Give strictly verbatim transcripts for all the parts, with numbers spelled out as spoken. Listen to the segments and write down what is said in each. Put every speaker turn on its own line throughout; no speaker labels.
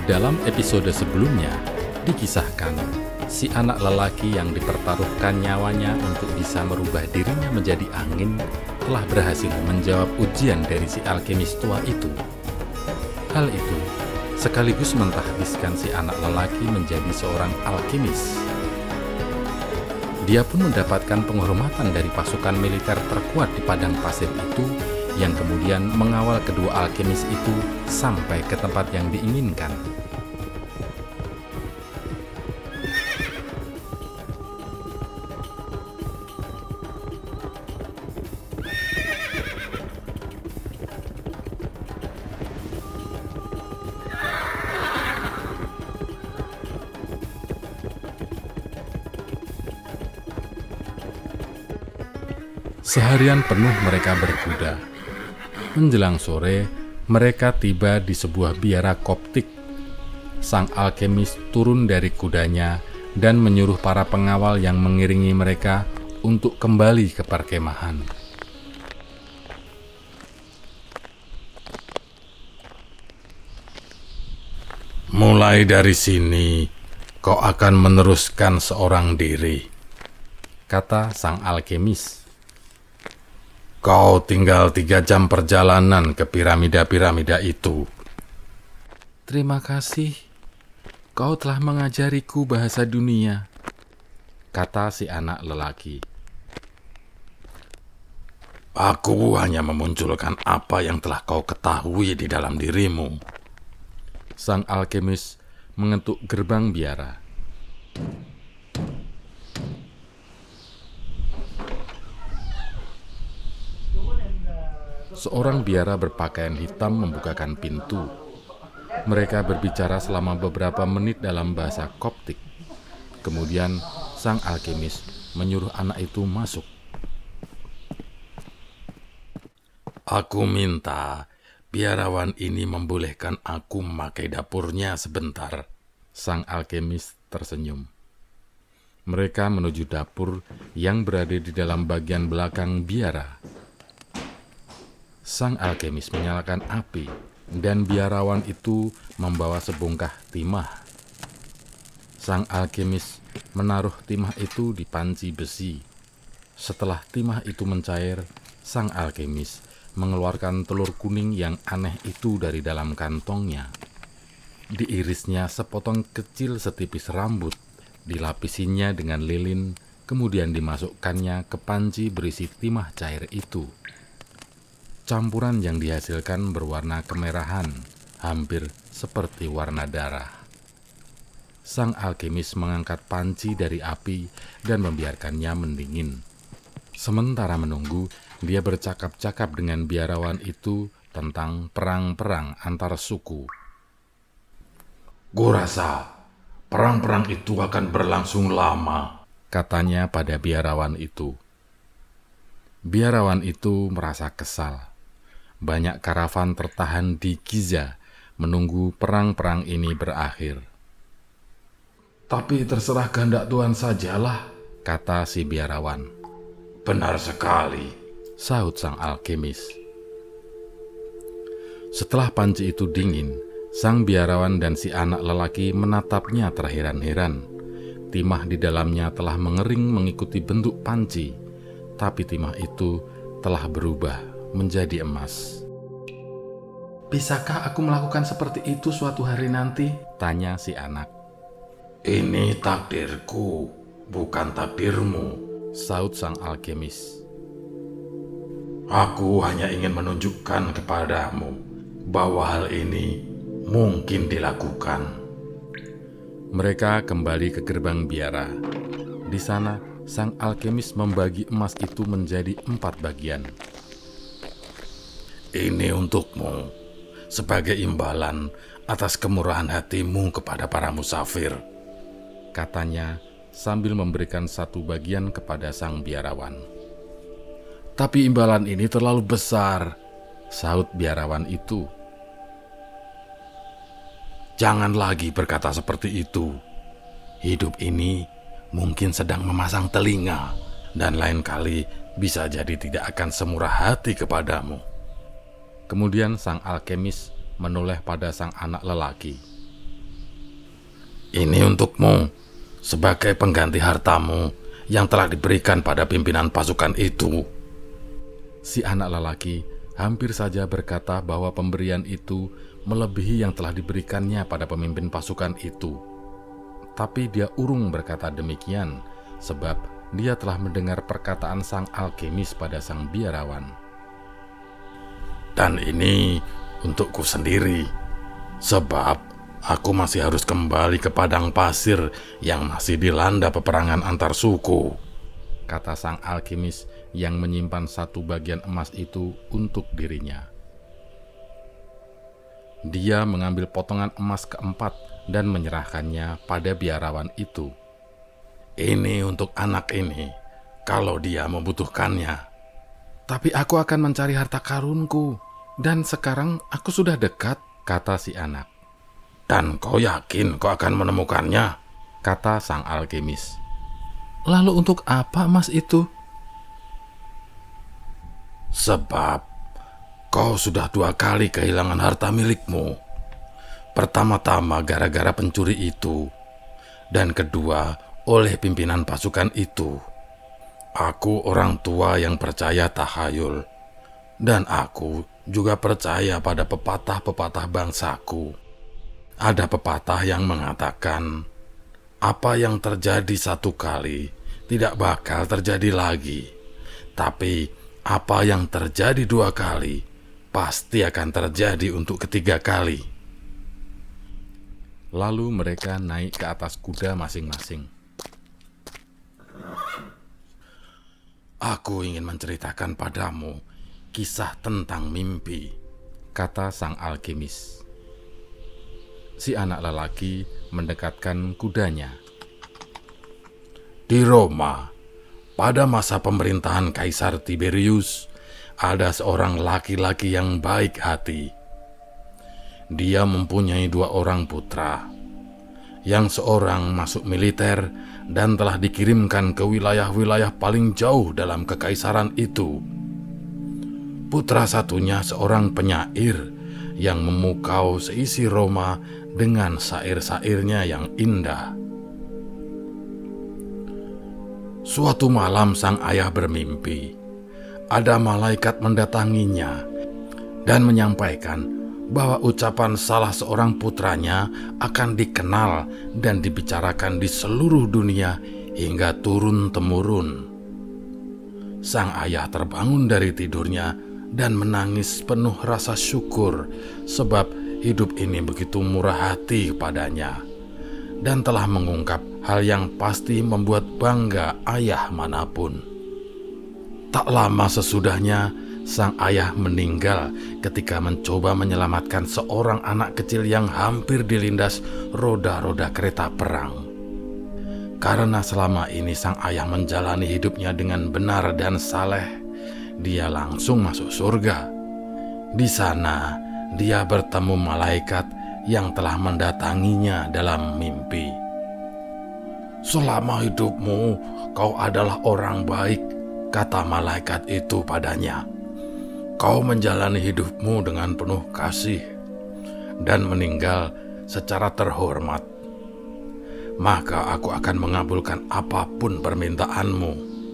Dalam episode sebelumnya, dikisahkan si anak lelaki yang dipertaruhkan nyawanya untuk bisa merubah dirinya menjadi angin telah berhasil menjawab ujian dari si alkemis tua itu. Hal itu sekaligus mentahbiskan si anak lelaki menjadi seorang alkemis. Dia pun mendapatkan penghormatan dari pasukan militer terkuat di padang pasir itu, yang kemudian mengawal kedua alkemis itu sampai ke tempat yang diinginkan. Seharian penuh mereka berkuda. Menjelang sore, mereka tiba di sebuah biara Koptik. Sang alkemis turun dari kudanya dan menyuruh para pengawal yang mengiringi mereka untuk kembali ke perkemahan.
Mulai dari sini, kau akan meneruskan seorang diri,
kata sang alkemis.
Kau tinggal tiga jam perjalanan ke piramida-piramida itu.
Terima kasih, kau telah mengajariku bahasa dunia, kata si anak lelaki.
Aku hanya memunculkan apa yang telah kau ketahui di dalam dirimu.
Sang alkemis mengetuk gerbang biara. Seorang biara berpakaian hitam membukakan pintu. Mereka berbicara selama beberapa menit dalam bahasa Koptik. Kemudian sang alkemis menyuruh anak itu masuk.
Aku minta biarawan ini membolehkan aku memakai dapurnya sebentar.
Sang alkemis tersenyum. Mereka menuju dapur yang berada di dalam bagian belakang biara. Sang alkemis menyalakan api, dan biarawan itu membawa sebongkah timah. Sang alkemis menaruh timah itu di panci besi. Setelah timah itu mencair, sang alkemis mengeluarkan telur kuning yang aneh itu dari dalam kantongnya. Diirisnya sepotong kecil setipis rambut, dilapisinya dengan lilin, kemudian dimasukkannya ke panci berisi timah cair itu. Campuran yang dihasilkan berwarna kemerahan, hampir seperti warna darah. Sang alkemis mengangkat panci dari api dan membiarkannya mendingin. Sementara menunggu, dia bercakap-cakap dengan biarawan itu tentang perang-perang antar suku.
Kurasa perang-perang itu akan berlangsung lama,
katanya pada biarawan itu. Biarawan itu merasa kesal. Banyak karavan tertahan di Giza menunggu perang-perang ini berakhir.
Tapi terserah kehendak Tuhan sajalah,
kata si biarawan.
Benar sekali,
sahut sang alkemis. Setelah panci itu dingin, sang biarawan dan si anak lelaki menatapnya terheran-heran. Timah di dalamnya telah mengering mengikuti bentuk panci, tapi timah itu telah berubah menjadi emas.
Bisakah aku melakukan seperti itu suatu hari nanti?
Tanya si anak.
Ini takdirku, bukan takdirmu,
sahut sang alkemis.
Aku hanya ingin menunjukkan kepadamu bahwa hal ini mungkin dilakukan.
Mereka kembali ke gerbang biara. Di sana, sang alkemis membagi emas itu menjadi empat bagian.
Ini untukmu, sebagai imbalan atas kemurahan hatimu kepada para musafir,
katanya sambil memberikan satu bagian kepada sang biarawan.
Tapi imbalan ini terlalu besar,
sahut biarawan itu.
Jangan lagi berkata seperti itu. Hidup ini mungkin sedang memasang telinga, dan lain kali bisa jadi tidak akan semurah hati kepadamu.
Kemudian sang alkemis menoleh pada sang anak lelaki.
Ini untukmu sebagai pengganti hartamu yang telah diberikan pada pimpinan pasukan itu."
Si anak lelaki hampir saja berkata bahwa pemberian itu melebihi yang telah diberikannya pada pemimpin pasukan itu. Tapi dia urung berkata demikian, sebab dia telah mendengar perkataan sang alkemis pada sang biarawan.
"Dan ini untukku sendiri, sebab aku masih harus kembali ke padang pasir yang masih dilanda peperangan antar suku,"
kata sang alkemis yang menyimpan satu bagian emas itu untuk dirinya. Dia mengambil potongan emas keempat dan menyerahkannya pada biarawan itu.
"Ini untuk anak ini, kalau dia membutuhkannya."
"Tapi aku akan mencari harta karunku, dan sekarang aku sudah dekat," kata si anak.
"Dan kau yakin kau akan menemukannya?"
kata sang alkemis. "Lalu untuk apa emas itu?"
"Sebab kau sudah dua kali kehilangan harta milikmu. Pertama-tama gara-gara pencuri itu, dan kedua oleh pimpinan pasukan itu. Aku orang tua yang percaya tahayul, dan aku juga percaya pada pepatah-pepatah bangsaku. Ada pepatah yang mengatakan, apa yang terjadi satu kali tidak bakal terjadi lagi, tapi apa yang terjadi dua kali pasti akan terjadi untuk ketiga kali."
Lalu mereka naik ke atas kuda masing-masing.
"Aku ingin menceritakan padamu kisah tentang mimpi,"
kata sang alkemis. Si anak lelaki mendekatkan kudanya.
"Di Roma, pada masa pemerintahan Kaisar Tiberius, ada seorang laki-laki yang baik hati. Dia mempunyai dua orang putra. Yang seorang masuk militer dan telah dikirimkan ke wilayah-wilayah paling jauh dalam kekaisaran itu. Putra satunya seorang penyair yang memukau seisi Roma dengan syair-syairnya yang indah. Suatu malam sang ayah bermimpi. Ada malaikat mendatanginya dan menyampaikan bahwa ucapan salah seorang putranya akan dikenal dan dibicarakan di seluruh dunia hingga turun-temurun. Sang ayah terbangun dari tidurnya dan menangis penuh rasa syukur sebab hidup ini begitu murah hati padanya, dan telah mengungkap hal yang pasti membuat bangga ayah manapun. Tak lama sesudahnya, sang ayah meninggal ketika mencoba menyelamatkan seorang anak kecil yang hampir dilindas roda-roda kereta perang. Karena selama ini sang ayah menjalani hidupnya dengan benar dan saleh, dia langsung masuk surga. Di sana, dia bertemu malaikat yang telah mendatanginya dalam mimpi. "Selama hidupmu, kau adalah orang baik," kata malaikat itu padanya. "Kau menjalani hidupmu dengan penuh kasih dan meninggal secara terhormat. Maka aku akan mengabulkan apapun permintaanmu."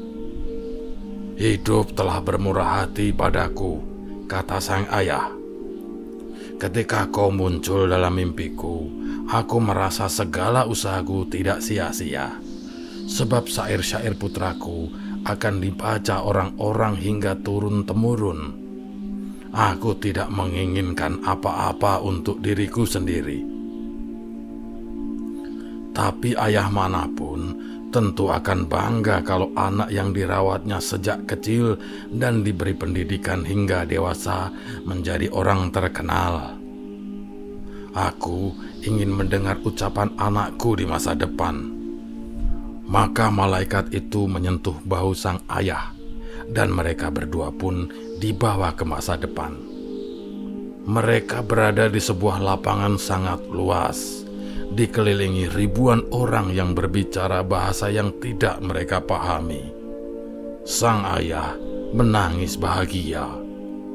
"Hidup telah bermurah hati padaku," kata sang ayah. "Ketika kau muncul dalam mimpiku, aku merasa segala usahaku tidak sia-sia, sebab syair-syair putraku akan dibaca orang-orang hingga turun-temurun. Aku tidak menginginkan apa-apa untuk diriku sendiri. Tapi ayah manapun tentu akan bangga kalau anak yang dirawatnya sejak kecil dan diberi pendidikan hingga dewasa menjadi orang terkenal. Aku ingin mendengar ucapan anakku di masa depan." Maka malaikat itu menyentuh bahu sang ayah, dan mereka berdua pun dibawa ke masa depan. Mereka berada di sebuah lapangan sangat luas, dikelilingi ribuan orang yang berbicara bahasa yang tidak mereka pahami. Sang ayah menangis bahagia.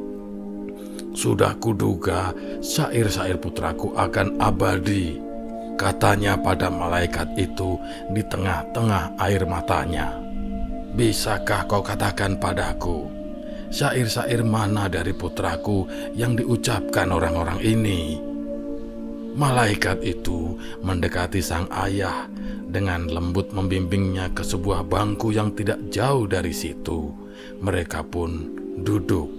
"Sudah kuduga syair-syair putraku akan abadi," Katanya pada malaikat itu di tengah-tengah air matanya, "Bisakah kau katakan padaku, syair-syair mana dari putraku yang diucapkan orang-orang ini?" Malaikat itu mendekati sang ayah dengan lembut membimbingnya ke sebuah bangku yang tidak jauh dari situ. Mereka pun duduk.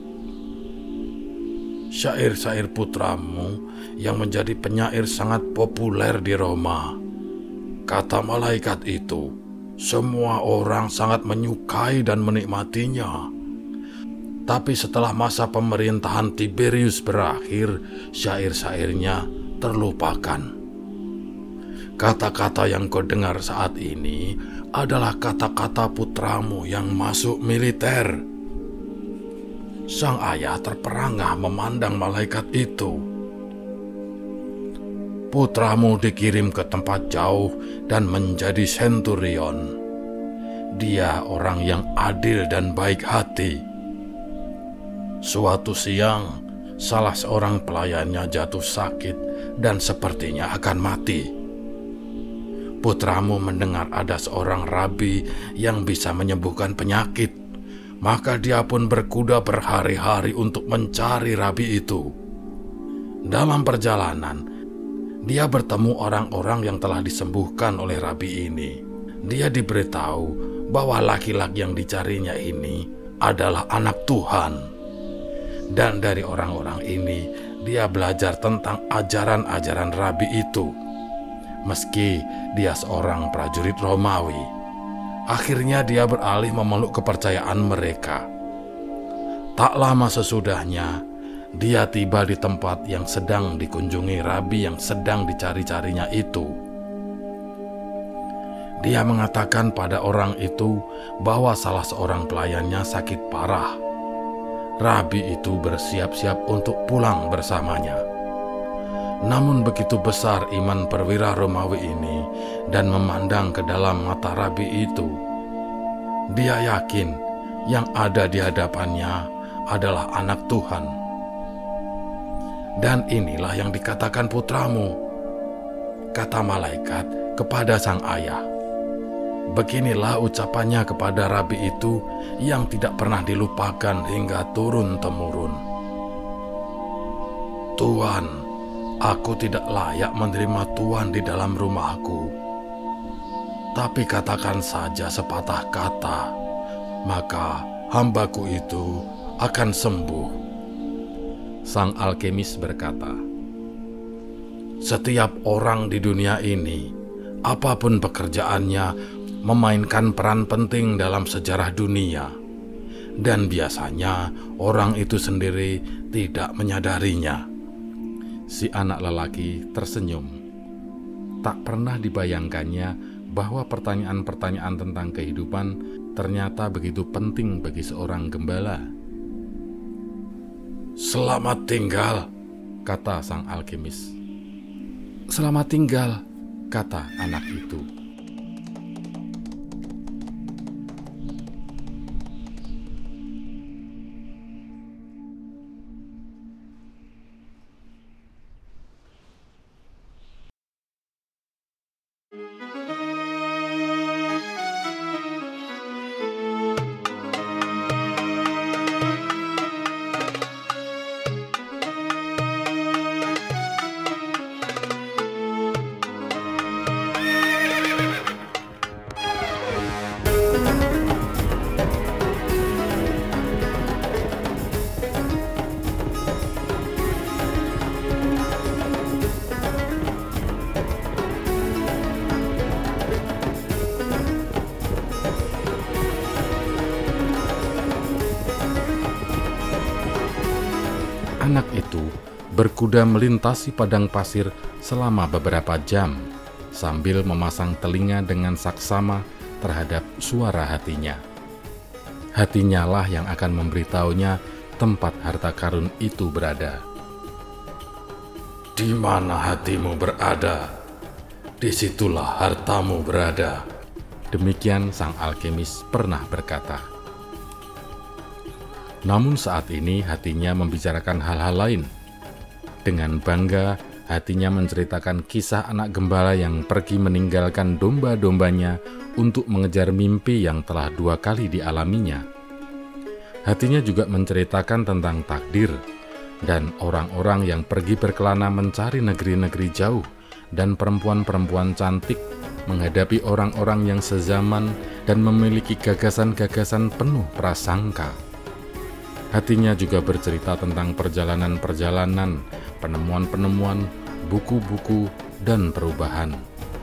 "Syair-syair putramu yang menjadi penyair sangat populer di Roma," kata malaikat itu. "Semua orang sangat menyukai dan menikmatinya. Tapi setelah masa pemerintahan Tiberius berakhir, syair-syairnya terlupakan. Kata-kata yang kau dengar saat ini adalah kata-kata putramu yang masuk militer." Sang ayah terperangah memandang malaikat itu. "Putramu dikirim ke tempat jauh dan menjadi senturion. Dia orang yang adil dan baik hati. Suatu siang, salah seorang pelayannya jatuh sakit dan sepertinya akan mati. Putramu mendengar ada seorang rabi yang bisa menyembuhkan penyakit, maka dia pun berkuda berhari-hari untuk mencari rabi itu. Dalam perjalanan, dia bertemu orang-orang yang telah disembuhkan oleh rabi ini. Dia diberitahu bahwa laki-laki yang dicarinya ini adalah anak Tuhan. Dan dari orang-orang ini, dia belajar tentang ajaran-ajaran rabi itu. Meski dia seorang prajurit Romawi, akhirnya dia beralih memeluk kepercayaan mereka. Tak lama sesudahnya, dia tiba di tempat yang sedang dikunjungi rabi yang sedang dicari-carinya itu. Dia mengatakan pada orang itu bahwa salah seorang pelayannya sakit parah. Rabi itu bersiap-siap untuk pulang bersamanya. Namun begitu besar iman perwira Romawi ini dan memandang ke dalam mata rabi itu, dia yakin yang ada di hadapannya adalah anak Tuhan. "Dan inilah yang dikatakan putramu," kata malaikat kepada sang ayah. Beginilah ucapannya kepada rabi itu yang tidak pernah dilupakan hingga turun-temurun. "Tuan, aku tidak layak menerima Tuan di dalam rumahku. Tapi katakan saja sepatah kata, maka hambaku itu akan sembuh."
Sang alkemis berkata,
"Setiap orang di dunia ini, apapun pekerjaannya, memainkan peran penting dalam sejarah dunia. Dan biasanya orang itu sendiri tidak menyadarinya."
Si anak lelaki tersenyum. Tak pernah dibayangkannya bahwa pertanyaan-pertanyaan tentang kehidupan ternyata begitu penting bagi seorang gembala.
"Selamat tinggal,"
kata sang alkemis.
"Selamat tinggal,"
kata anak itu. Anak itu berkuda melintasi padang pasir selama beberapa jam sambil memasang telinga dengan saksama terhadap suara hatinya. Hatinya lah yang akan memberitahunya tempat harta karun itu berada.
"Di mana hatimu berada, disitulah hartamu berada."
Demikian sang alkemis pernah berkata. Namun saat ini hatinya membicarakan hal-hal lain. Dengan bangga, Hatinya menceritakan kisah anak gembala yang pergi meninggalkan domba-dombanya untuk mengejar mimpi yang telah dua kali dialaminya. Hatinya juga menceritakan tentang takdir dan orang-orang yang pergi berkelana mencari negeri-negeri jauh dan perempuan-perempuan cantik menghadapi orang-orang yang sezaman dan memiliki gagasan-gagasan penuh prasangka. Hatinya juga bercerita tentang perjalanan-perjalanan, penemuan-penemuan, buku-buku, dan perubahan.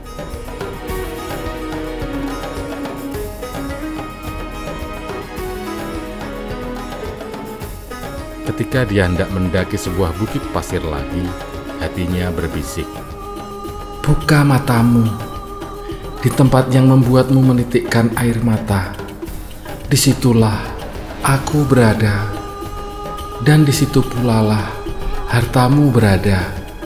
Ketika dia hendak mendaki sebuah bukit pasir lagi, hatinya berbisik,
Buka matamu di tempat yang membuatmu menitikkan air mata. Disitulah aku berada, dan di situ pula lah hartamu berada.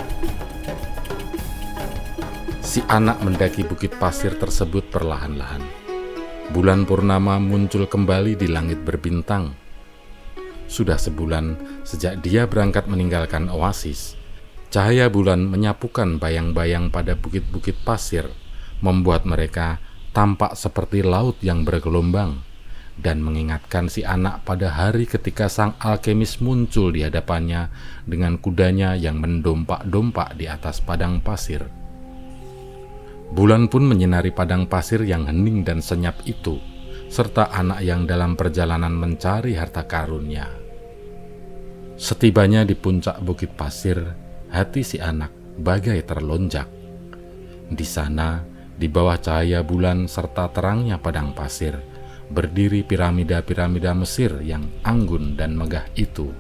Si anak mendaki bukit pasir tersebut perlahan-lahan. Bulan purnama muncul kembali di langit berbintang. Sudah sebulan sejak dia berangkat meninggalkan oasis. Cahaya bulan menyapukan bayang-bayang pada bukit-bukit pasir, membuat mereka tampak seperti laut yang bergelombang, dan mengingatkan si anak pada hari ketika sang alkemis muncul di hadapannya dengan kudanya yang mendompak-dompak di atas padang pasir. Bulan pun menyinari padang pasir yang hening dan senyap itu, serta anak yang dalam perjalanan mencari harta karunnya. Setibanya di puncak bukit pasir, hati si anak bagai terlonjak. Di sana, di bawah cahaya bulan serta terangnya padang pasir, berdiri piramida-piramida Mesir yang anggun dan megah itu.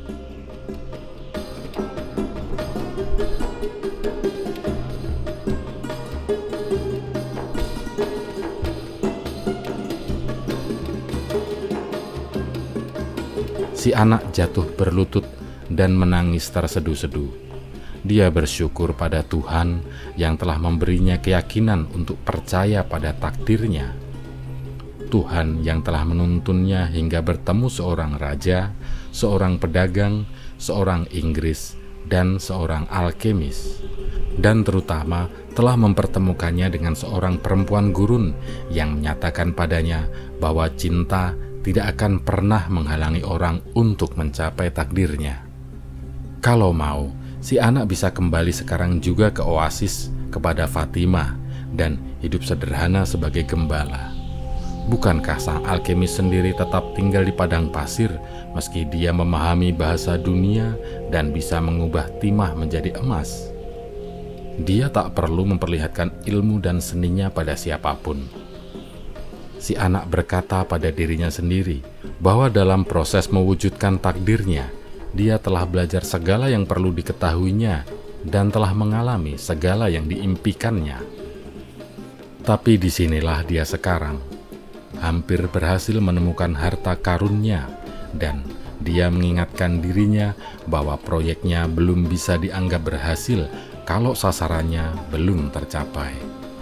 Si anak jatuh berlutut dan menangis terseduh-seduh. Dia bersyukur pada Tuhan yang telah memberinya keyakinan untuk percaya pada takdirnya. Tuhan yang telah menuntunnya hingga bertemu seorang raja, seorang pedagang, seorang Inggris, dan seorang alkemis. Dan terutama telah mempertemukannya dengan seorang perempuan gurun yang menyatakan padanya bahwa cinta tidak akan pernah menghalangi orang untuk mencapai takdirnya. Kalau mau, si anak bisa kembali sekarang juga ke oasis kepada Fatimah dan hidup sederhana sebagai gembala. Bukankah sang alkemis sendiri tetap tinggal di padang pasir meski dia memahami bahasa dunia dan bisa mengubah timah menjadi emas? Dia tak perlu memperlihatkan ilmu dan seninya pada siapapun. Si anak berkata pada dirinya sendiri bahwa dalam proses mewujudkan takdirnya, dia telah belajar segala yang perlu diketahuinya dan telah mengalami segala yang diimpikannya. Tapi disinilah dia sekarang, hampir berhasil menemukan harta karunnya, dan dia mengingatkan dirinya bahwa proyeknya belum bisa dianggap berhasil kalau sasarannya belum tercapai.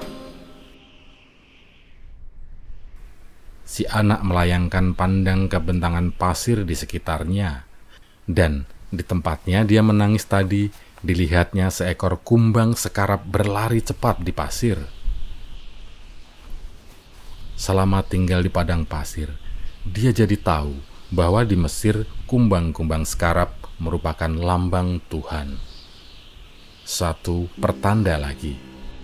Si anak melayangkan pandang ke bentangan pasir di sekitarnya, dan di tempatnya dia menangis tadi, dilihatnya seekor kumbang sekarap berlari cepat di pasir. Selama tinggal di padang pasir, dia jadi tahu bahwa di Mesir kumbang-kumbang sekarap merupakan lambang Tuhan. Satu pertanda lagi.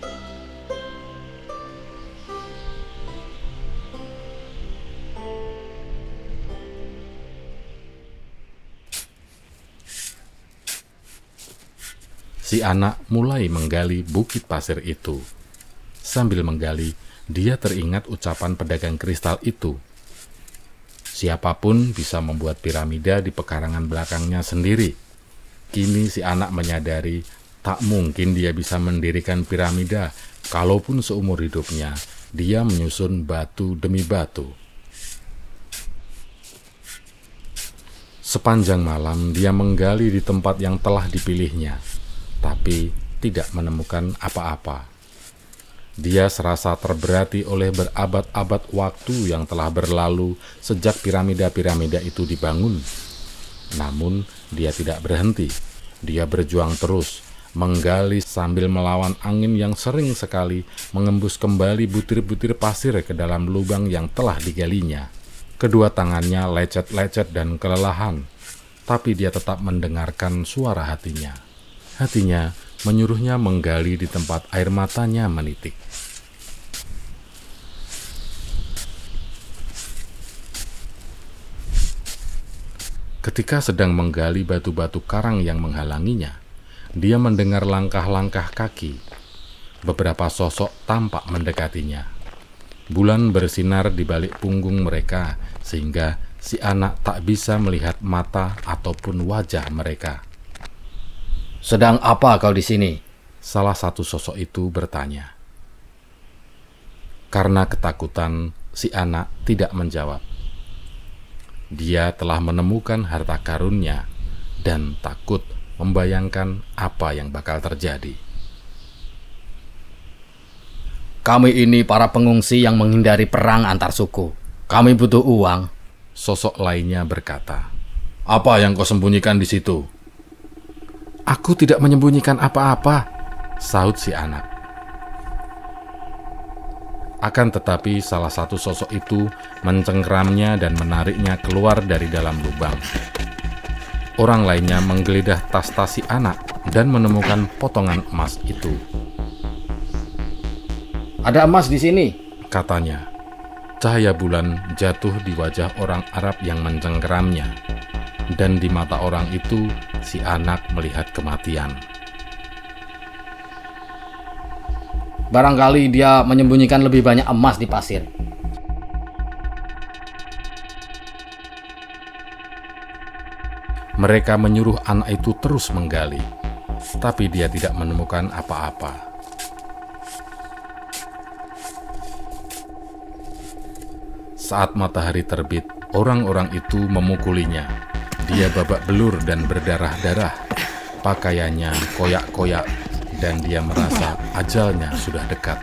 Si anak mulai menggali bukit pasir itu. Sambil menggali, dia teringat ucapan pedagang kristal itu. Siapapun bisa membuat piramida di pekarangan belakangnya sendiri. Kini si anak menyadari tak mungkin dia bisa mendirikan piramida, kalaupun seumur hidupnya dia menyusun batu demi batu. Sepanjang malam dia menggali di tempat yang telah dipilihnya, tapi tidak menemukan apa-apa. Dia serasa terberati oleh berabad-abad waktu yang telah berlalu sejak piramida-piramida itu dibangun. Namun dia tidak berhenti. Dia berjuang terus menggali sambil melawan angin yang sering sekali mengembus kembali butir-butir pasir ke dalam lubang yang telah digalinya. Kedua tangannya lecet-lecet dan kelelahan, tapi dia tetap mendengarkan suara hatinya. Hatinya menyuruhnya menggali di tempat air matanya menitik. Ketika sedang menggali batu-batu karang yang menghalanginya, dia mendengar langkah-langkah kaki. Beberapa sosok tampak mendekatinya. Bulan bersinar di balik punggung mereka, sehingga si anak tak bisa melihat mata ataupun wajah mereka.
"Sedang apa kau di sini?"
Salah satu sosok itu bertanya. Karena ketakutan, si anak tidak menjawab. Dia telah menemukan harta karunnya dan takut membayangkan apa yang bakal terjadi.
"Kami ini para pengungsi yang menghindari perang antar suku. Kami butuh uang."
Sosok lainnya berkata,
"Apa yang kau sembunyikan di situ?"
"Aku tidak menyembunyikan apa-apa,"
sahut si anak. Akan tetapi salah satu sosok itu mencengkeramnya dan menariknya keluar dari dalam lubang. Orang lainnya menggeledah tas-tas si anak dan menemukan potongan emas itu.
"Ada emas di sini,"
katanya. Cahaya bulan jatuh di wajah orang Arab yang mencengkeramnya, dan di mata orang itu si anak melihat kematian.
"Barangkali dia menyembunyikan lebih banyak emas di pasir."
Mereka menyuruh anak itu terus menggali, tapi dia tidak menemukan apa-apa. Saat matahari terbit, orang-orang itu memukulinya. Dia babak belur dan berdarah-darah. Pakaiannya koyak-koyak, dan dia merasa ajalnya sudah dekat.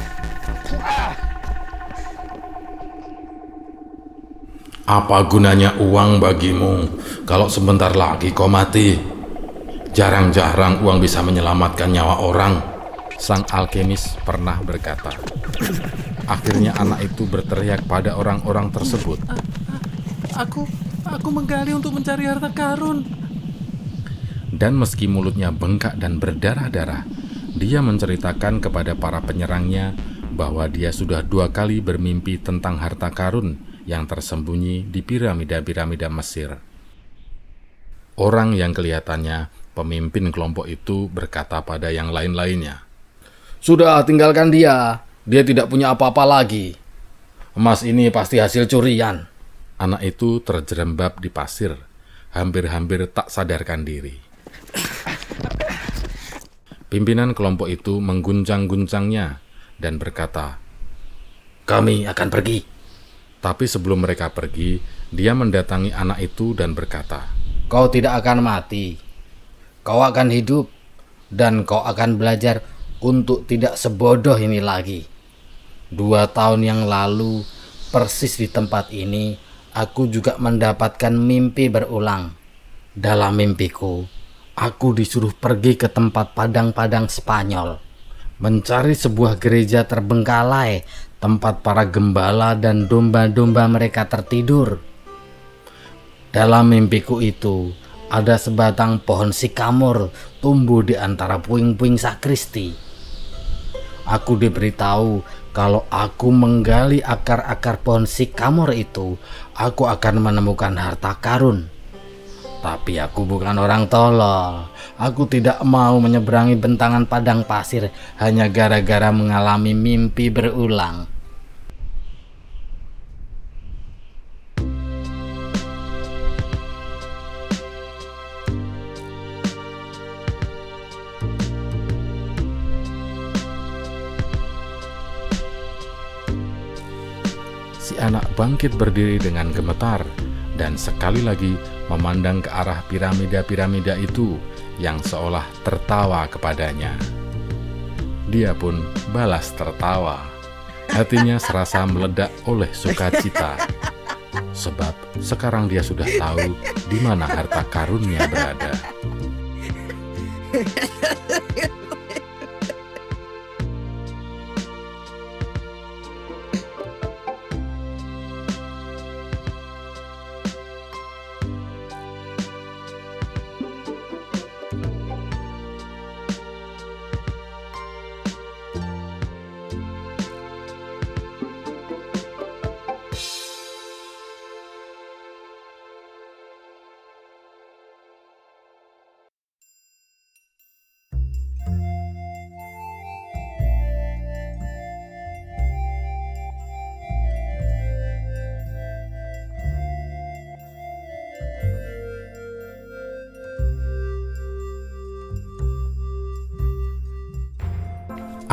"Apa gunanya uang bagimu kalau sebentar lagi kau mati? Jarang-jarang uang bisa menyelamatkan nyawa orang,"
sang alkemis pernah berkata. Akhirnya anak itu berteriak pada orang-orang tersebut.
Aku, aku menggali untuk mencari harta karun."
Dan meski mulutnya bengkak dan berdarah-darah, dia menceritakan kepada para penyerangnya bahwa dia sudah dua kali bermimpi tentang harta karun yang tersembunyi di piramida-piramida Mesir. Orang yang kelihatannya pemimpin kelompok itu berkata pada yang lain-lainnya,
"Sudah, tinggalkan dia. Dia tidak punya apa-apa lagi. Emas ini pasti hasil curian."
Anak itu terjerembab di pasir, hampir-hampir tak sadarkan diri. Pimpinan kelompok itu mengguncang-guncangnya dan berkata,
"Kami akan pergi."
Tapi sebelum mereka pergi, dia mendatangi anak itu dan berkata,
"Kau tidak akan mati. Kau akan hidup, dan kau akan belajar untuk tidak sebodoh ini lagi. Dua tahun yang lalu, persis di tempat ini, aku juga mendapatkan mimpi berulang. Dalam mimpiku, aku disuruh pergi ke tempat padang-padang Spanyol, mencari sebuah gereja terbengkalai, tempat para gembala dan domba-domba mereka tertidur. Dalam mimpiku itu, ada sebatang pohon sikamor tumbuh di antara puing-puing sakristi. Aku diberitahu kalau aku menggali akar-akar pohon sikamor itu, aku akan menemukan harta karun. Tapi aku bukan orang tolol. Aku tidak mau menyeberangi bentangan padang pasir hanya gara-gara mengalami mimpi berulang."
si anak bangkit berdiri dengan gemetar dan sekali lagi memandang ke arah piramida-piramida itu yang seolah tertawa kepadanya. Dia pun balas tertawa. Hatinya serasa meledak oleh sukacita, sebab sekarang dia sudah tahu di mana harta karunnya berada.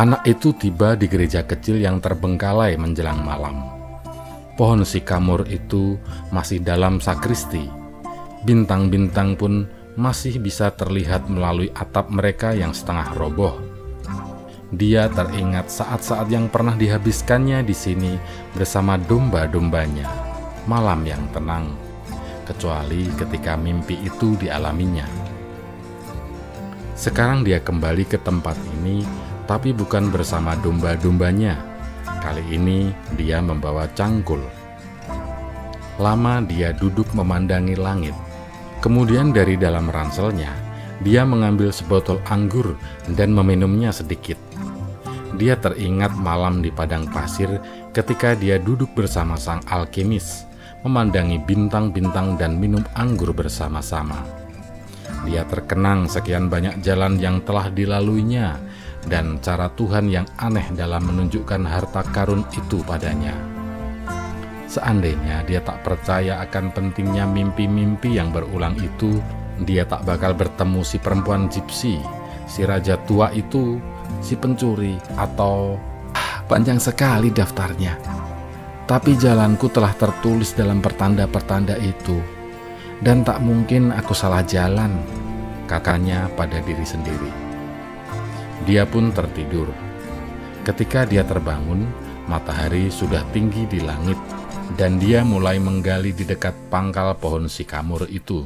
Anak itu tiba di gereja kecil yang terbengkalai menjelang malam. Pohon sikamor itu masih dalam sakristi. Bintang-bintang pun masih bisa terlihat melalui atap mereka yang setengah roboh. Dia teringat saat-saat yang pernah dihabiskannya di sini bersama domba-dombanya, malam yang tenang, kecuali ketika mimpi itu dialaminya. Sekarang dia kembali ke tempat ini, tapi bukan bersama domba-dombanya. Kali ini dia membawa cangkul. Lama dia duduk memandangi langit. Kemudian dari dalam ranselnya, dia mengambil sebotol anggur dan meminumnya sedikit. Dia teringat malam di padang pasir ketika dia duduk bersama sang alkemis, memandangi bintang-bintang dan minum anggur bersama-sama. Dia terkenang sekian banyak jalan yang telah dilaluinya dan cara Tuhan yang aneh dalam menunjukkan harta karun itu padanya. Seandainya dia tak percaya akan pentingnya mimpi-mimpi yang berulang itu, dia tak bakal bertemu si perempuan gypsy, si raja tua itu, si pencuri, atau... Ah, panjang sekali daftarnya. Tapi jalanku telah tertulis dalam pertanda-pertanda itu, dan tak mungkin aku salah jalan, kakaknya pada diri sendiri. Dia pun tertidur. Ketika dia terbangun, matahari sudah tinggi di langit, dan dia mulai menggali di dekat pangkal pohon sikamor itu.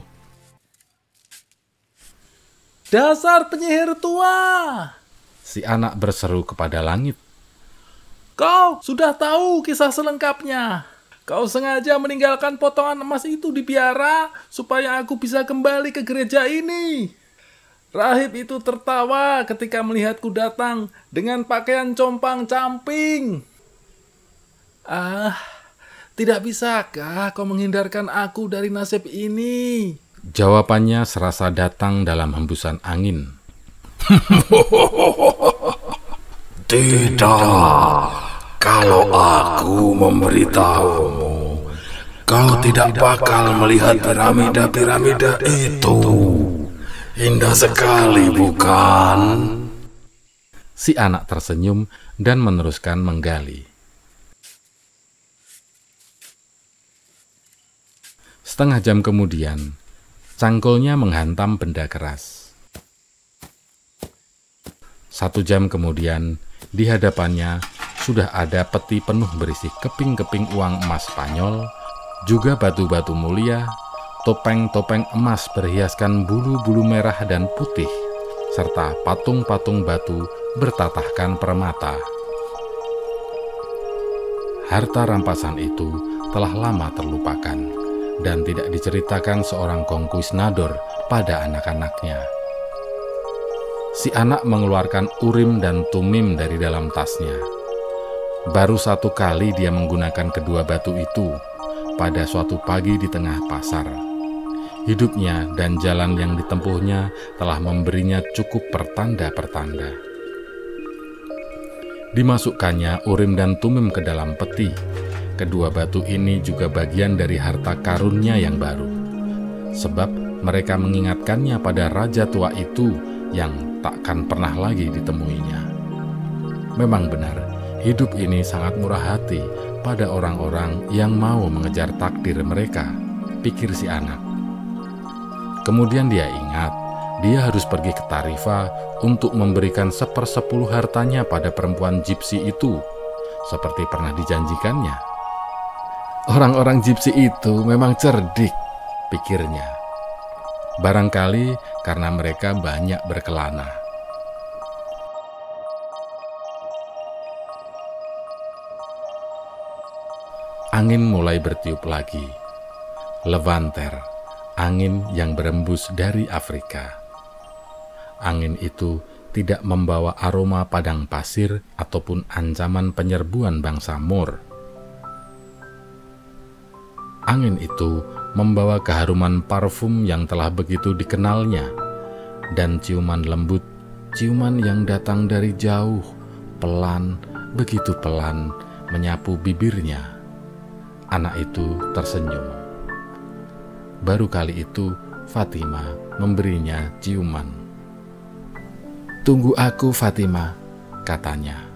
Dasar penyihir tua!
Si anak berseru kepada langit.
Kau sudah tahu kisah selengkapnya. Kau sengaja meninggalkan potongan emas itu di biara supaya aku bisa kembali ke gereja ini. Rahib itu tertawa ketika melihatku datang dengan pakaian compang-camping. Ah, tidak bisakah kau menghindarkan aku dari nasib ini?
Jawabannya serasa datang dalam hembusan angin.
Tidak, kalau aku memberitahumu, kau tidak bakal melihat piramida-piramida itu. Indah sekali, bukan?
Si anak tersenyum dan meneruskan menggali. Setengah jam kemudian, cangkulnya menghantam benda keras. Satu jam kemudian, di hadapannya sudah ada peti penuh berisi keping-keping uang emas Spanyol, juga batu-batu mulia, topeng-topeng emas berhiaskan bulu-bulu merah dan putih, serta patung-patung batu bertatahkan permata. Harta rampasan itu telah lama terlupakan dan tidak diceritakan seorang konkuisnador pada anak-anaknya. Si anak mengeluarkan Urim dan Tumim dari dalam tasnya. Baru satu kali dia menggunakan kedua batu itu, pada suatu pagi di tengah pasar. Hidupnya dan jalan yang ditempuhnya telah memberinya cukup pertanda-pertanda. Dimasukkannya Urim dan Tumim ke dalam peti. Kedua batu ini juga bagian dari harta karunnya yang baru, sebab mereka mengingatkannya pada raja tua itu yang takkan pernah lagi ditemuinya. Memang benar, hidup ini sangat murah hati pada orang-orang yang mau mengejar takdir mereka, pikir si anak. Kemudian dia ingat, dia harus pergi ke Tarifa untuk memberikan sepersepuluh hartanya pada perempuan gypsy itu, seperti pernah dijanjikannya. Orang-orang gypsy itu memang cerdik, pikirnya. Barangkali karena mereka banyak berkelana. Angin mulai bertiup lagi. Levanter, angin yang berembus dari Afrika. Angin itu tidak membawa aroma padang pasir ataupun ancaman penyerbuan bangsa Moor. Angin itu membawa keharuman parfum yang telah begitu dikenalnya, dan ciuman lembut, ciuman yang datang dari jauh, pelan, begitu pelan, menyapu bibirnya. Anak itu tersenyum. Baru kali itu Fatima memberinya ciuman. "Tunggu aku, Fatima. katanya.